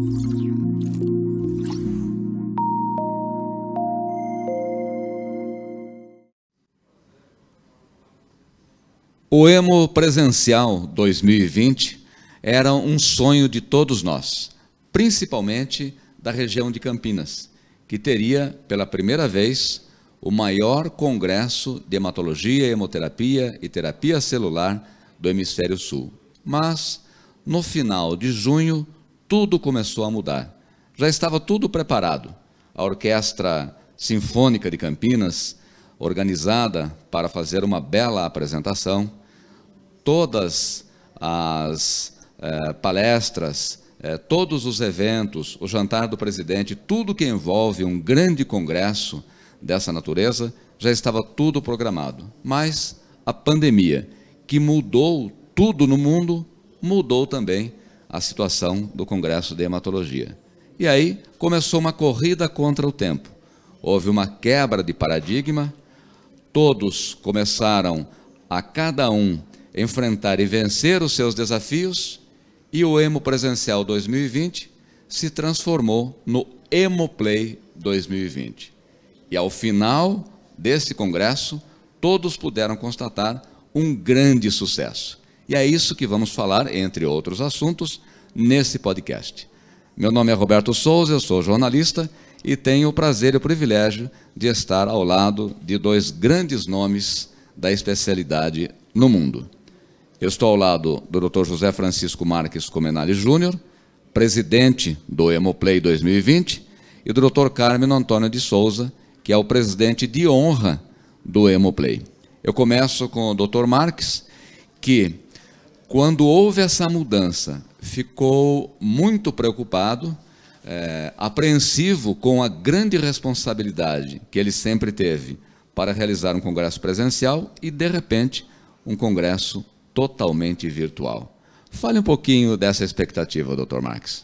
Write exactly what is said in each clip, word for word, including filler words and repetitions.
O Emo Presencial dois mil e vinte era um sonho de todos nós, principalmente da região de Campinas, que teria, pela primeira vez, o maior congresso de hematologia, hemoterapia e terapia celular do Hemisfério Sul. Mas, no final de junho, tudo começou a mudar. Já estava tudo preparado. A Orquestra Sinfônica de Campinas, organizada para fazer uma bela apresentação, todas as eh, palestras, eh, todos os eventos, o jantar do presidente, tudo que envolve um grande congresso dessa natureza, já estava tudo programado. Mas a pandemia, que mudou tudo no mundo, mudou também a situação do Congresso de Hematologia. E aí começou uma corrida contra o tempo. Houve uma quebra de paradigma, todos começaram a cada um enfrentar e vencer os seus desafios, e o Emo Presencial dois mil e vinte se transformou no Hemoplay dois mil e vinte. E ao final desse congresso, todos puderam constatar um grande sucesso. E é isso que vamos falar, entre outros assuntos, nesse podcast. Meu nome é Roberto Souza, eu sou jornalista e tenho o prazer e o privilégio de estar ao lado de dois grandes nomes da especialidade no mundo. Eu estou ao lado do doutor José Francisco Marques Comenali Júnior, presidente do Hemoplay dois mil e vinte, e do doutor Carmino Antônio de Souza, que é o presidente de honra do Hemoplay. Eu começo com o doutor Marques, que, quando houve essa mudança, ficou muito preocupado, é, apreensivo com a grande responsabilidade que ele sempre teve para realizar um congresso presencial e, de repente, um congresso totalmente virtual. Fale um pouquinho dessa expectativa, doutor Marques.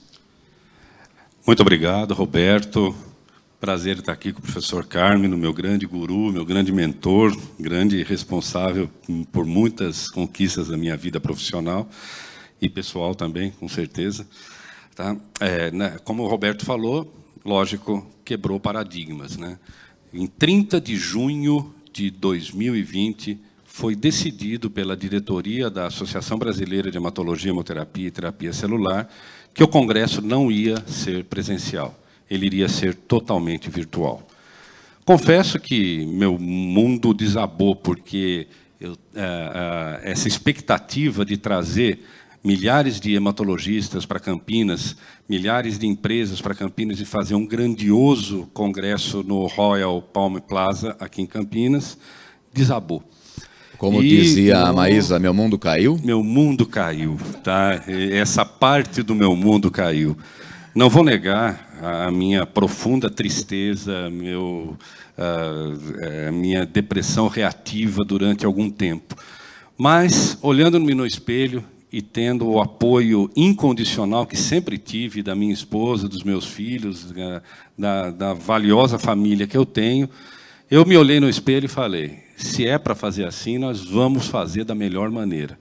Muito obrigado, Roberto. Prazer estar aqui com o professor Carmino, meu grande guru, meu grande mentor, grande responsável por muitas conquistas da minha vida profissional e pessoal também, com certeza. Tá? É, né, como o Roberto falou, lógico, quebrou paradigmas, né? Em trinta de junho de dois mil e vinte, foi decidido pela diretoria da Associação Brasileira de Hematologia, Hemoterapia e Terapia Celular que o congresso não ia ser presencial. Ele iria ser totalmente virtual. Confesso que meu mundo desabou, porque eu, é, é, essa expectativa de trazer milhares de hematologistas para Campinas, milhares de empresas para Campinas e fazer um grandioso congresso no Royal Palm Plaza, aqui em Campinas, desabou. Como e, dizia eu, a Maísa, meu mundo caiu? Meu mundo caiu. Tá? Essa parte do meu mundo caiu. Não vou negar a minha profunda tristeza, meu, a, a minha depressão reativa durante algum tempo. Mas, olhando-me no espelho e tendo o apoio incondicional que sempre tive da minha esposa, dos meus filhos, da, da valiosa família que eu tenho, eu me olhei no espelho e falei, se é para fazer assim, nós vamos fazer da melhor maneira.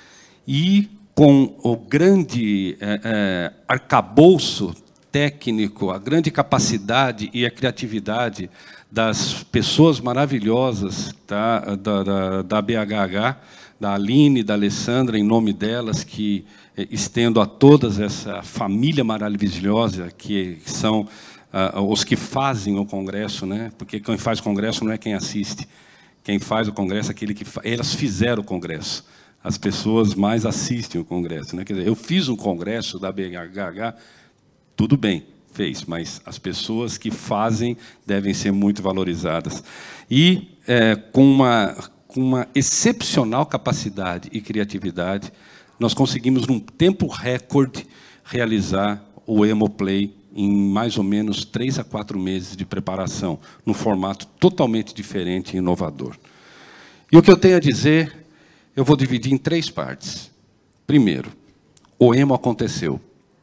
E com o grande é, é, arcabouço técnico, a grande capacidade e a criatividade das pessoas maravilhosas, tá, da, da, da B H H, da Aline, da Alessandra, em nome delas, que estendo a todas essa família maravilhosa, que são uh, os que fazem o congresso, né? Porque quem faz o congresso não é quem assiste. Quem faz o congresso é aquele que... Fa... Elas fizeram o congresso. As pessoas mais assistem o congresso, né? Quer dizer, eu fiz um congresso da B H H, tudo bem, fez, mas as pessoas que fazem devem ser muito valorizadas. E é, com, uma, com uma excepcional capacidade e criatividade, nós conseguimos, num tempo recorde, realizar o Hemoplay em mais ou menos três a quatro meses de preparação, num formato totalmente diferente e inovador. E o que eu tenho a dizer, eu vou dividir em três partes. Primeiro, o Hemo aconteceu.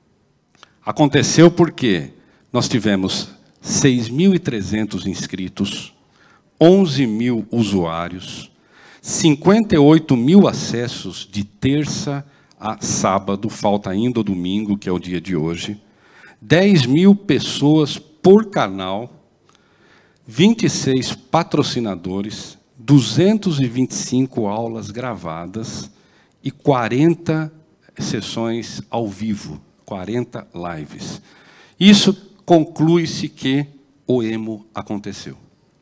Aconteceu porque nós tivemos seis mil e trezentos inscritos, onze mil usuários, cinquenta e oito mil acessos de terça a sábado, falta ainda o domingo, que é o dia de hoje, dez mil pessoas por canal, vinte e seis patrocinadores, duzentas e vinte e cinco aulas gravadas e quarenta sessões ao vivo, quarenta lives. Isso conclui-se que o emo aconteceu.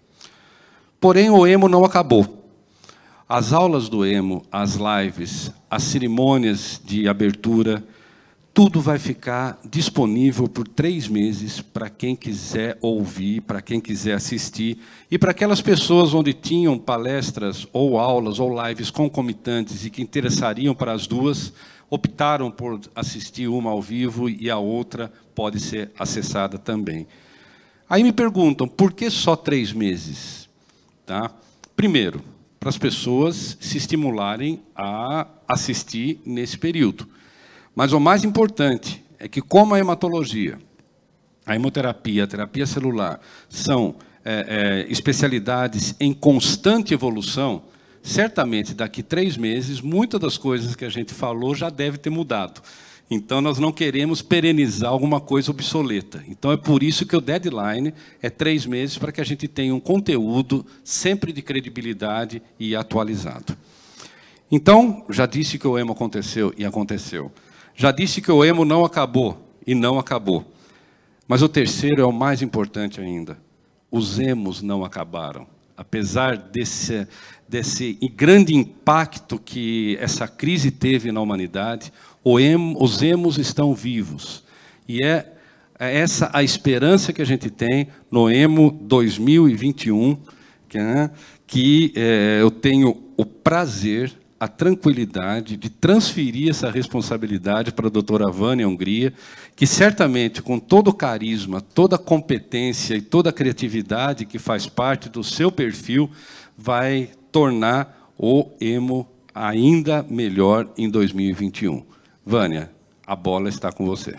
Porém, o emo não acabou. As aulas do emo, as lives, as cerimônias de abertura, tudo vai ficar disponível por três meses para quem quiser ouvir, para quem quiser assistir, e para aquelas pessoas onde tinham palestras ou aulas ou lives concomitantes e que interessariam para as duas, optaram por assistir uma ao vivo e a outra pode ser acessada também. Aí me perguntam, por que só três meses? Tá? Primeiro, para as pessoas se estimularem a assistir nesse período. Mas o mais importante é que, como a hematologia, a hemoterapia, a terapia celular, são é, é, especialidades em constante evolução, certamente, daqui a três meses, muitas das coisas que a gente falou já deve ter mudado. Então, nós não queremos perenizar alguma coisa obsoleta. Então, é por isso que o deadline é três meses, para que a gente tenha um conteúdo sempre de credibilidade e atualizado. Então, já disse que o emo aconteceu e aconteceu. Já disse que o emo não acabou e não acabou. Mas o terceiro é o mais importante ainda. Os emos não acabaram. Apesar desse, desse grande impacto que essa crise teve na humanidade, o emo, os emos estão vivos. E é, é essa a esperança que a gente tem no emo dois mil e vinte e um, que, né, que é, eu tenho o prazer, a tranquilidade de transferir essa responsabilidade para a doutora Vânia Hungria, que certamente, com todo o carisma, toda a competência e toda a criatividade que faz parte do seu perfil, vai tornar o emo ainda melhor em dois mil e vinte e um. Vânia, a bola está com você.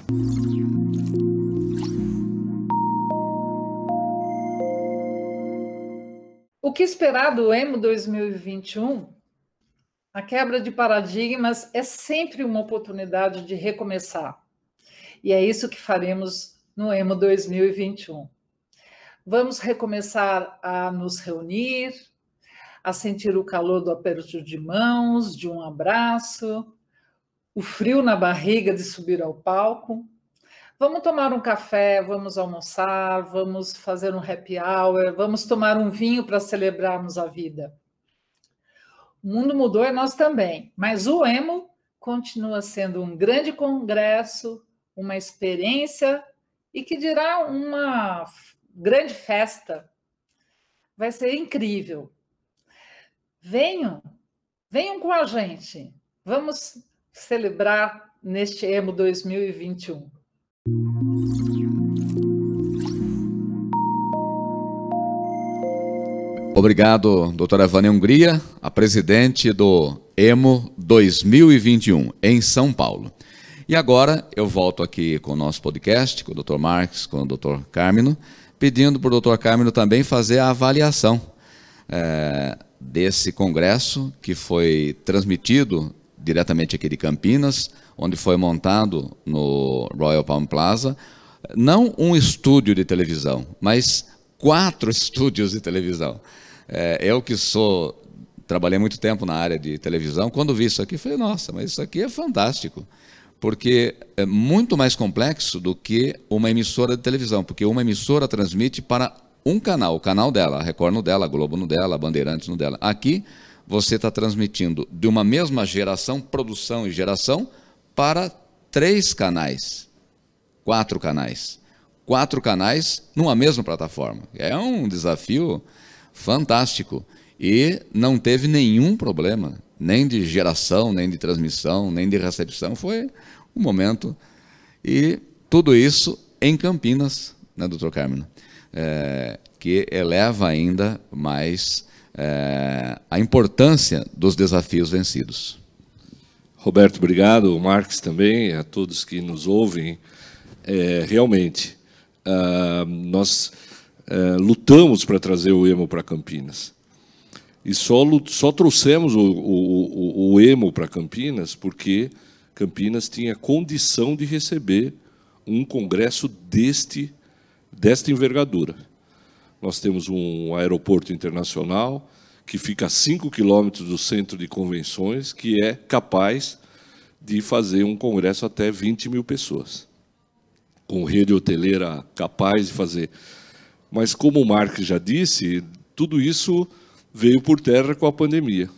O que esperar do emo dois mil e vinte e um? A quebra de paradigmas é sempre uma oportunidade de recomeçar. E é isso que faremos no emo dois mil e vinte e um. Vamos recomeçar a nos reunir, a sentir o calor do aperto de mãos, de um abraço, o frio na barriga de subir ao palco. Vamos tomar um café, vamos almoçar, vamos fazer um happy hour, vamos tomar um vinho para celebrarmos a vida. O mundo mudou e nós também, mas o emo continua sendo um grande congresso, uma experiência e que dirá uma grande festa. Vai ser incrível. Venham, venham com a gente. Vamos celebrar neste emo dois mil e vinte e um. Obrigado, doutora Vânia Hungria, a presidente do emo dois mil e vinte e um, em São Paulo. E agora eu volto aqui com o nosso podcast, com o doutor Marques, com o doutor Cármino, pedindo para o doutor Cármino também fazer a avaliação é, desse congresso que foi transmitido diretamente aqui de Campinas, onde foi montado no Royal Palm Plaza, não um estúdio de televisão, mas quatro estúdios de televisão. É, eu que sou, trabalhei muito tempo na área de televisão, quando vi isso aqui, falei, nossa, mas isso aqui é fantástico, porque é muito mais complexo do que uma emissora de televisão, porque uma emissora transmite para um canal, o canal dela, a Record no dela, a Globo no dela, a Bandeirantes no dela. Aqui, você está transmitindo de uma mesma geração, produção e geração, para três canais, quatro canais. Quatro canais numa mesma plataforma. É um desafio fantástico. E não teve nenhum problema, nem de geração, nem de transmissão, nem de recepção. Foi um momento. E tudo isso em Campinas, né, doutor Cármino? É, que eleva ainda mais é, a importância dos desafios vencidos. Roberto, obrigado. O Marques também, a todos que nos ouvem. É, realmente, uh, nós uh, lutamos para trazer o emo para Campinas. E só, só trouxemos o, o, o emo para Campinas porque Campinas tinha condição de receber um congresso deste, desta envergadura. Nós temos um aeroporto internacional que fica a cinco quilômetros do centro de convenções, que é capaz de fazer um congresso até vinte mil pessoas, com rede hoteleira capaz de fazer. Mas, como o Marx já disse, tudo isso veio por terra com a pandemia.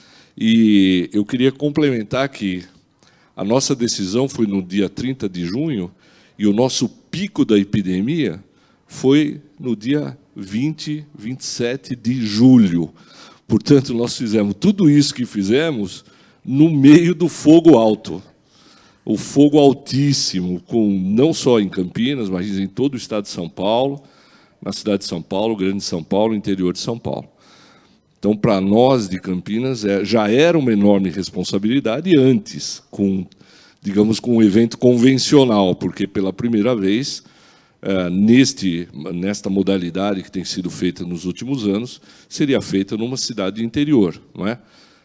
E eu queria complementar que a nossa decisão foi no dia trinta de junho e o nosso pico da epidemia foi no dia vinte, vinte e sete de julho. Portanto, nós fizemos tudo isso que fizemos no meio do fogo alto. O fogo altíssimo, com, não só em Campinas, mas em todo o estado de São Paulo, na cidade de São Paulo, Grande São Paulo, interior de São Paulo. Então, para nós de Campinas, é, já era uma enorme responsabilidade antes, com, digamos, com um evento convencional, porque, pela primeira vez, é, neste, nesta modalidade que tem sido feita nos últimos anos, seria feita numa cidade interior, não é?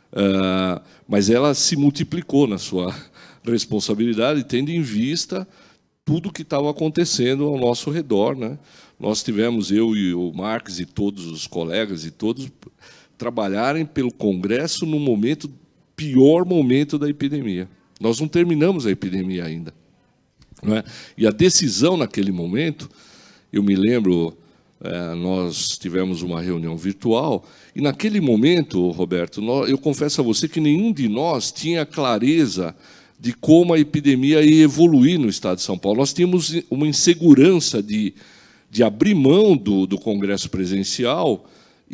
É, mas ela se multiplicou na sua responsabilidade, tendo em vista tudo o que estava acontecendo ao nosso redor, né? Nós tivemos, eu e o Marx e todos os colegas e todos, trabalharem pelo Congresso no momento, pior momento da epidemia. Nós não terminamos a epidemia ainda, não é? E a decisão naquele momento, eu me lembro, é, nós tivemos uma reunião virtual, e naquele momento, Roberto, nós, eu confesso a você que nenhum de nós tinha clareza de como a epidemia ia evoluir no estado de São Paulo. Nós tínhamos uma insegurança de, de abrir mão do, do Congresso presencial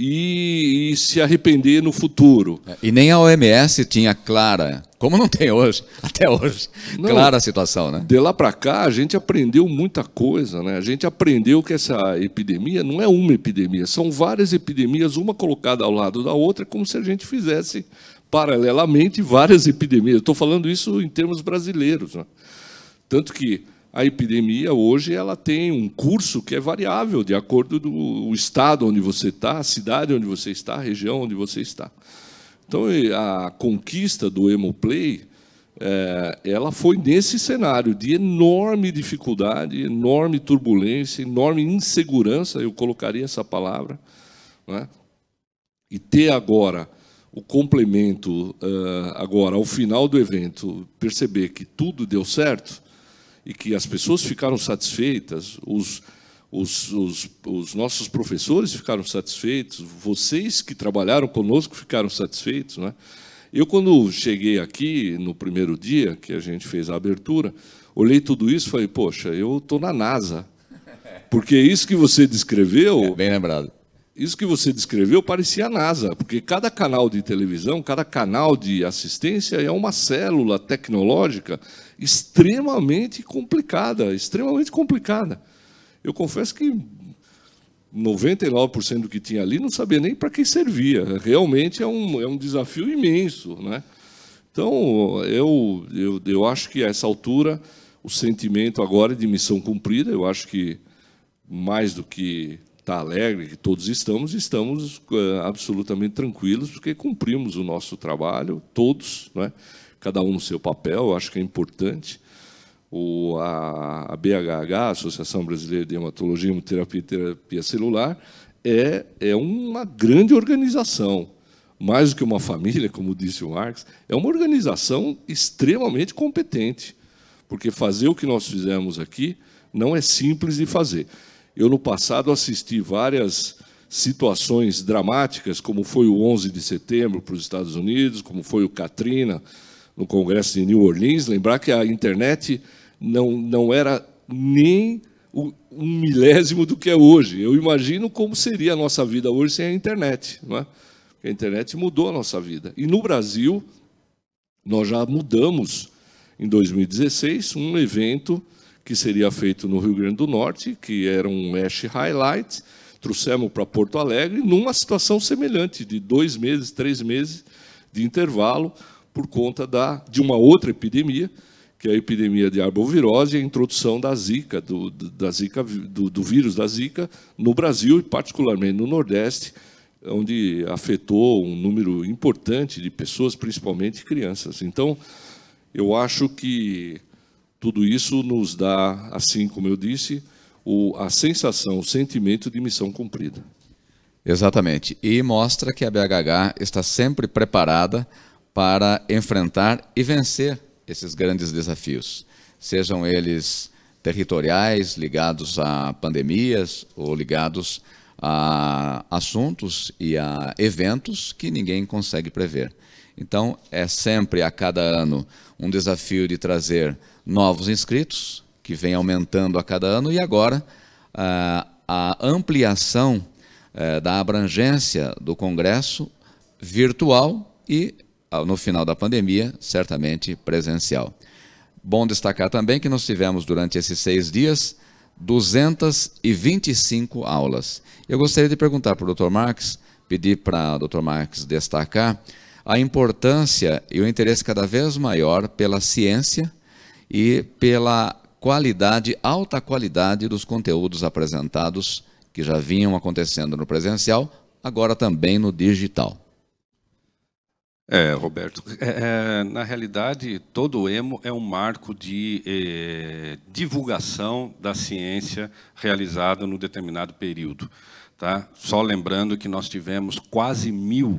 e, e se arrepender no futuro. E nem a O M S tinha clara, como não tem hoje, até hoje, não, clara a situação, né? De lá para cá, a gente aprendeu muita coisa, né? A gente aprendeu que essa epidemia não é uma epidemia, são várias epidemias, uma colocada ao lado da outra, como se a gente fizesse paralelamente várias epidemias. Estou falando isso em termos brasileiros, né? Tanto que a epidemia hoje ela tem um curso que é variável de acordo com o estado onde você está, a cidade onde você está, a região onde você está. Então, a conquista do Hemoplay, é, ela foi nesse cenário de enorme dificuldade, enorme turbulência, enorme insegurança, eu colocaria essa palavra, né? E ter agora o complemento, agora, ao final do evento, perceber que tudo deu certo e que as pessoas ficaram satisfeitas, os, os, os, os nossos professores ficaram satisfeitos, vocês que trabalharam conosco ficaram satisfeitos, né? Eu, quando cheguei aqui, no primeiro dia que a gente fez a abertura, olhei tudo isso e falei, poxa, eu estou na NASA, porque isso que você descreveu... É, bem lembrado. Isso que você descreveu parecia a NASA, porque cada canal de televisão, cada canal de assistência é uma célula tecnológica extremamente complicada, extremamente complicada. Eu confesso que noventa e nove por cento do que tinha ali não sabia nem para que servia. Realmente é um, é um desafio imenso, né? Então, eu, eu, eu acho que, a essa altura, o sentimento agora é de missão cumprida. Eu acho que, mais do que... está alegre, que todos estamos, estamos uh, absolutamente tranquilos, porque cumprimos o nosso trabalho, todos, não é? Cada um no seu papel, eu acho que é importante. O, a, a B H H, Associação Brasileira de Hematologia, Hemoterapia e Terapia Celular, é, é uma grande organização, mais do que uma família, como disse o Marx, é uma organização extremamente competente, porque fazer o que nós fizemos aqui não é simples de fazer. Eu, no passado, assisti várias situações dramáticas, como foi o onze de setembro para os Estados Unidos, como foi o Katrina no Congresso de New Orleans. Lembrar que a internet não, não era nem um milésimo do que é hoje. Eu imagino como seria a nossa vida hoje sem a internet, não é? Porque a internet mudou a nossa vida. E, no Brasil, nós já mudamos, em dois mil e dezesseis, um evento que seria feito no Rio Grande do Norte, que era um Mesh Highlight, trouxemos para Porto Alegre, numa situação semelhante, de dois meses, três meses de intervalo, por conta da, de uma outra epidemia, que é a epidemia de arbovirose e a introdução da Zika, do, da Zika do, do vírus da Zika, no Brasil, e particularmente no Nordeste, onde afetou um número importante de pessoas, principalmente crianças. Então, eu acho que tudo isso nos dá, assim como eu disse, o, a sensação, o sentimento de missão cumprida. Exatamente. E mostra que a B H H está sempre preparada para enfrentar e vencer esses grandes desafios, sejam eles territoriais, ligados a pandemias ou ligados a assuntos e a eventos que ninguém consegue prever. Então, é sempre, a cada ano, um desafio de trazer novos inscritos, que vem aumentando a cada ano, e agora a, a ampliação eh, da abrangência do Congresso virtual e, no final da pandemia, certamente presencial. Bom destacar também que nós tivemos, durante esses seis dias, duzentas e vinte e cinco aulas. Eu gostaria de perguntar para o doutor Marques, pedir para o doutor Marques destacar a importância e o interesse cada vez maior pela ciência e pela qualidade, alta qualidade dos conteúdos apresentados, que já vinham acontecendo no presencial, agora também no digital. É, Roberto, é, é, na realidade, todo o EMO é um marco de é, divulgação da ciência realizada num determinado período. Tá? Só lembrando que nós tivemos quase mil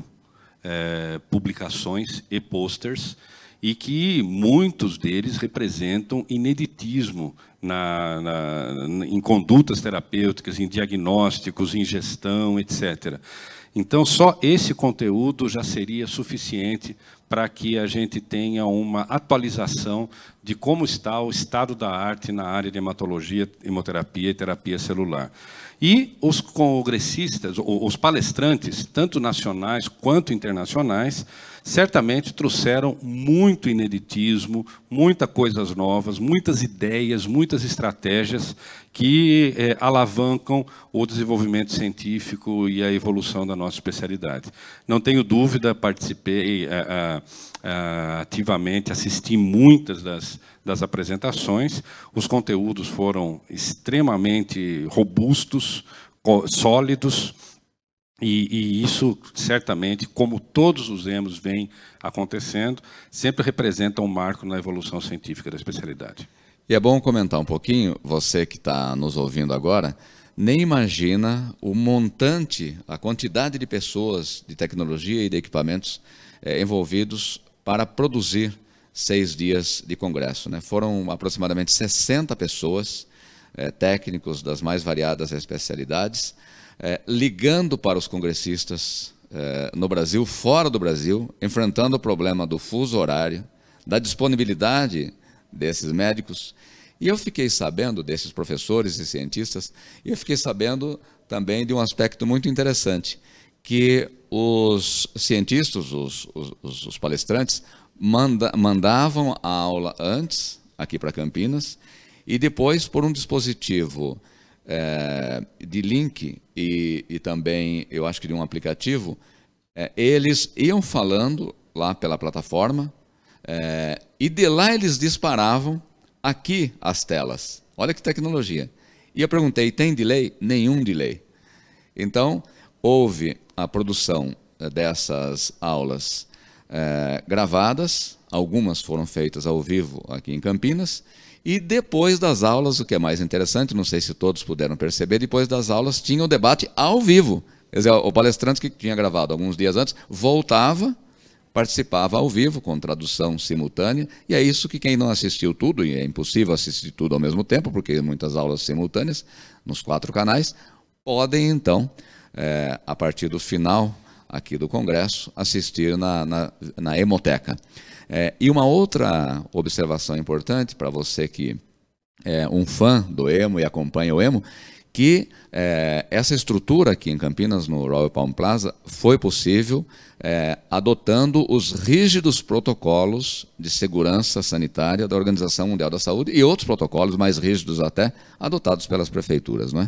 é, publicações e posters, e que muitos deles representam ineditismo na, na, em condutas terapêuticas, em diagnósticos, em gestão, etcétera. Então, só esse conteúdo já seria suficiente para que a gente tenha uma atualização de como está o estado da arte na área de hematologia, hemoterapia e terapia celular. E os congressistas, os palestrantes, tanto nacionais quanto internacionais, certamente trouxeram muito ineditismo, muitas coisas novas, muitas ideias, muitas estratégias que eh, alavancam o desenvolvimento científico e a evolução da nossa especialidade. Não tenho dúvida, participei eh, eh, ativamente, assisti muitas das, das apresentações, os conteúdos foram extremamente robustos, sólidos, E, e isso, certamente, como todos os EMOs vêm acontecendo, sempre representa um marco na evolução científica da especialidade. E é bom comentar um pouquinho, você que está nos ouvindo agora, nem imagina o montante, a quantidade de pessoas, de tecnologia e de equipamentos é, envolvidos para produzir seis dias de congresso, né? Foram aproximadamente sessenta pessoas, é, técnicos das mais variadas especialidades, É, ligando para os congressistas é, no Brasil, fora do Brasil, enfrentando o problema do fuso horário, da disponibilidade desses médicos. E eu fiquei sabendo, desses professores e cientistas, e eu fiquei sabendo também de um aspecto muito interessante, que os cientistas, os, os, os palestrantes, manda, mandavam a aula antes, aqui para Campinas, e depois, por um dispositivo É, de link e, e também, eu acho que de um aplicativo, é, eles iam falando lá pela plataforma é, e de lá eles disparavam aqui as telas. Olha que tecnologia. E eu perguntei, tem delay? Nenhum delay. Então, houve a produção dessas aulas é, gravadas, algumas foram feitas ao vivo aqui em Campinas. E depois das aulas, o que é mais interessante, não sei se todos puderam perceber, depois das aulas tinha o debate ao vivo. Quer dizer, o palestrante que tinha gravado alguns dias antes, voltava, participava ao vivo, com tradução simultânea, e é isso que quem não assistiu tudo, e é impossível assistir tudo ao mesmo tempo, porque muitas aulas simultâneas, nos quatro canais, podem então, é, a partir do final aqui do Congresso, assistir na, na, na Hemoteca. É, e uma outra observação importante para você que é um fã do EMO e acompanha o EMO, que é, essa estrutura aqui em Campinas, no Royal Palm Plaza, foi possível é, adotando os rígidos protocolos de segurança sanitária da Organização Mundial da Saúde e outros protocolos mais rígidos até, adotados pelas prefeituras, não é?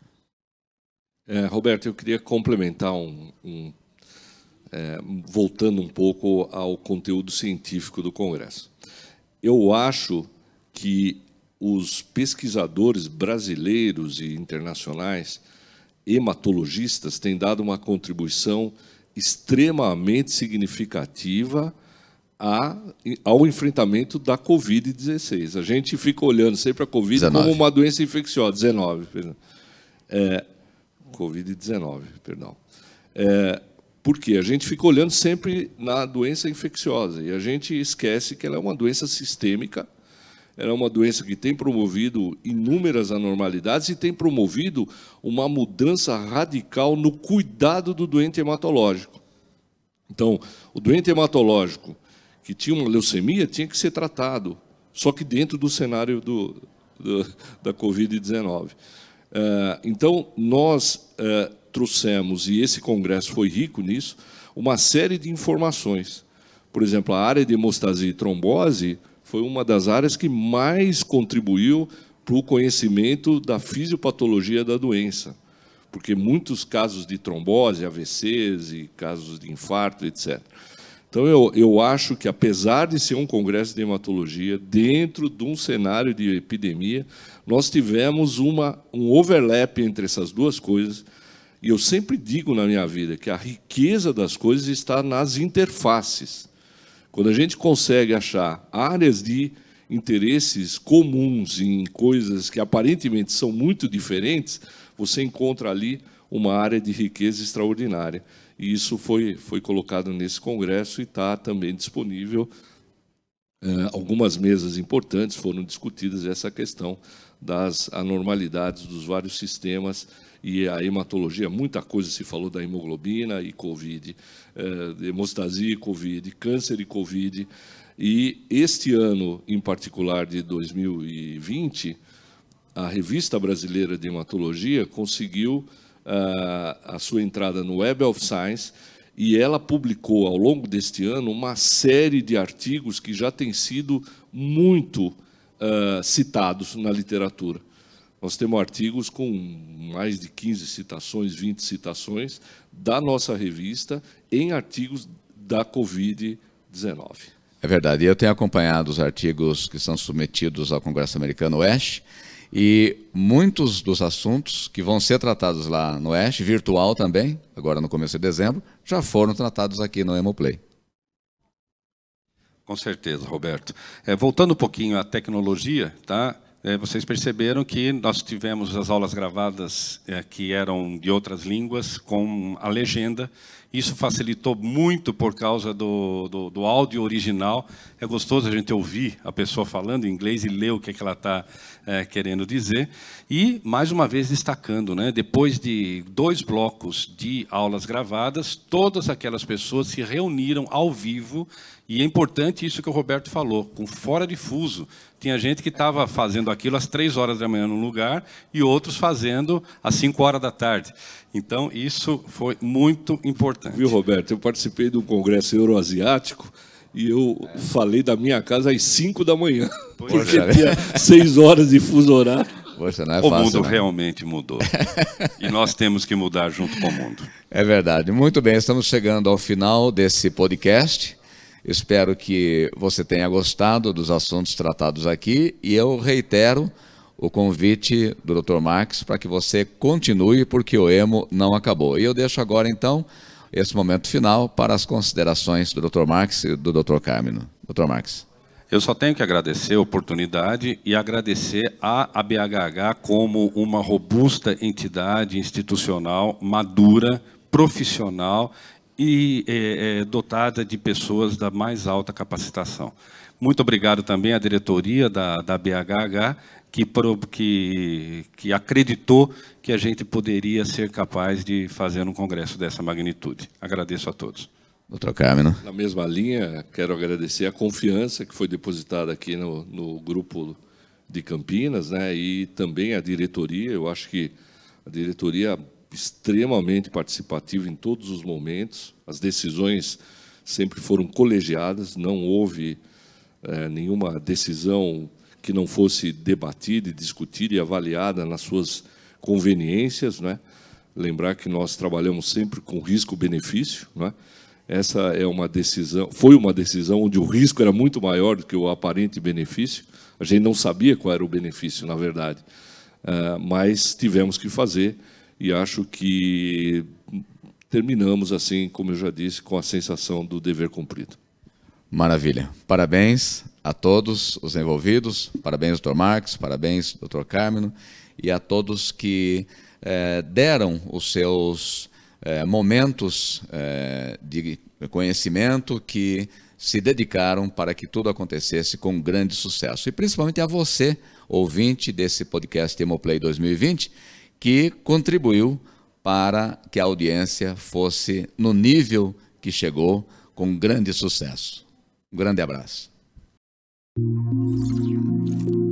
É, Roberto, eu queria complementar um... um... É, voltando um pouco ao conteúdo científico do Congresso. Eu acho que os pesquisadores brasileiros e internacionais, hematologistas, têm dado uma contribuição extremamente significativa a, ao enfrentamento da Covid dezesseis. A gente fica olhando sempre a Covid dezenove. como uma doença infecciosa. dezenove, perdão. É, Covid dezenove, perdão. É, porque a gente fica olhando sempre na doença infecciosa e a gente esquece que ela é uma doença sistêmica, ela é uma doença que tem promovido inúmeras anormalidades e tem promovido uma mudança radical no cuidado do doente hematológico. Então, o doente hematológico que tinha uma leucemia tinha que ser tratado, só que dentro do cenário do, do, da Covid dezenove. Uh, então, nós uh, trouxemos, e esse congresso foi rico nisso, uma série de informações. Por exemplo, a área de hemostasia e trombose foi uma das áreas que mais contribuiu para o conhecimento da fisiopatologia da doença, porque muitos casos de trombose, A V Cs e casos de infarto, etcétera. Então, eu, eu acho que, apesar de ser um congresso de hematologia, dentro de um cenário de epidemia, nós tivemos uma, um overlap entre essas duas coisas. E eu sempre digo na minha vida que a riqueza das coisas está nas interfaces. Quando a gente consegue achar áreas de interesses comuns em coisas que aparentemente são muito diferentes, você encontra ali uma área de riqueza extraordinária. E isso foi, foi colocado nesse congresso e está também disponível. Uh, algumas mesas importantes foram discutidas essa questão das anormalidades dos vários sistemas e a hematologia. Muita coisa se falou da hemoglobina e Covid, uh, hemostasia e Covid, câncer e Covid. E este ano, em particular, de dois mil e vinte, a Revista Brasileira de Hematologia conseguiu a sua entrada no Web of Science, e ela publicou, ao longo deste ano, uma série de artigos que já têm sido muito uh, citados na literatura. Nós temos artigos com mais de quinze citações, vinte citações, da nossa revista, em artigos da Covid dezenove. É verdade. Eu tenho acompanhado os artigos que são submetidos ao Congresso Americano ASH, e muitos dos assuntos que vão ser tratados lá no ASH, virtual também, agora no começo de dezembro, já foram tratados aqui no Hemoplay. Com certeza, Roberto. É, voltando um pouquinho à tecnologia, tá? É, vocês perceberam que nós tivemos as aulas gravadas é, que eram de outras línguas, com a legenda. Isso facilitou muito por causa do, do, do áudio original. É gostoso a gente ouvir a pessoa falando em inglês e ler o que, é que ela está é, querendo dizer. E, mais uma vez, destacando, né, depois de dois blocos de aulas gravadas, todas aquelas pessoas se reuniram ao vivo. E é importante isso que o Roberto falou, com fora de fuso. Tinha gente que estava fazendo aquilo às três horas da manhã num lugar e outros fazendo às cinco horas da tarde. Então, isso foi muito importante. Viu, Roberto? Eu participei de um congresso euroasiático e eu é. falei da minha casa às cinco da manhã, pois porque é. tinha seis horas de fuso horário. Poxa, não é o fácil, mundo né? realmente mudou. E nós temos que mudar junto com o mundo. É verdade. Muito bem, estamos chegando ao final desse podcast. Espero que você tenha gostado dos assuntos tratados aqui e eu reitero o convite do doutor Marques para que você continue, porque o Hemo não acabou. E eu deixo agora, então, esse momento final para as considerações do doutor Marques e do doutor Carmino. doutor Marques. Eu só tenho que agradecer a oportunidade e agradecer a A B H H como uma robusta entidade institucional, madura, profissional e é, é, dotada de pessoas da mais alta capacitação. Muito obrigado também à diretoria da, da B H H, que, que, que acreditou que a gente poderia ser capaz de fazer um congresso dessa magnitude. Agradeço a todos. doutor Carmino. Na mesma linha, quero agradecer a confiança que foi depositada aqui no, no grupo de Campinas, né, e também a diretoria. Eu acho que a diretoria extremamente participativa em todos os momentos. As decisões sempre foram colegiadas, não houve é, nenhuma decisão que não fosse debatida, discutida e avaliada nas suas conveniências, né? Lembrar que nós trabalhamos sempre com risco-benefício, né? Essa é uma decisão, foi uma decisão onde o risco era muito maior do que o aparente benefício. A gente não sabia qual era o benefício, na verdade, uh, mas tivemos que fazer. E acho que terminamos, assim, como eu já disse, com a sensação do dever cumprido. Maravilha. Parabéns a todos os envolvidos, parabéns, doutor Marques, parabéns, doutor Carmino, e a todos que eh, deram os seus eh, momentos eh, de conhecimento, que se dedicaram para que tudo acontecesse com grande sucesso. E principalmente a você, ouvinte desse podcast Hemoplay dois mil e vinte, que contribuiu para que a audiência fosse no nível que chegou, com grande sucesso. Um grande abraço.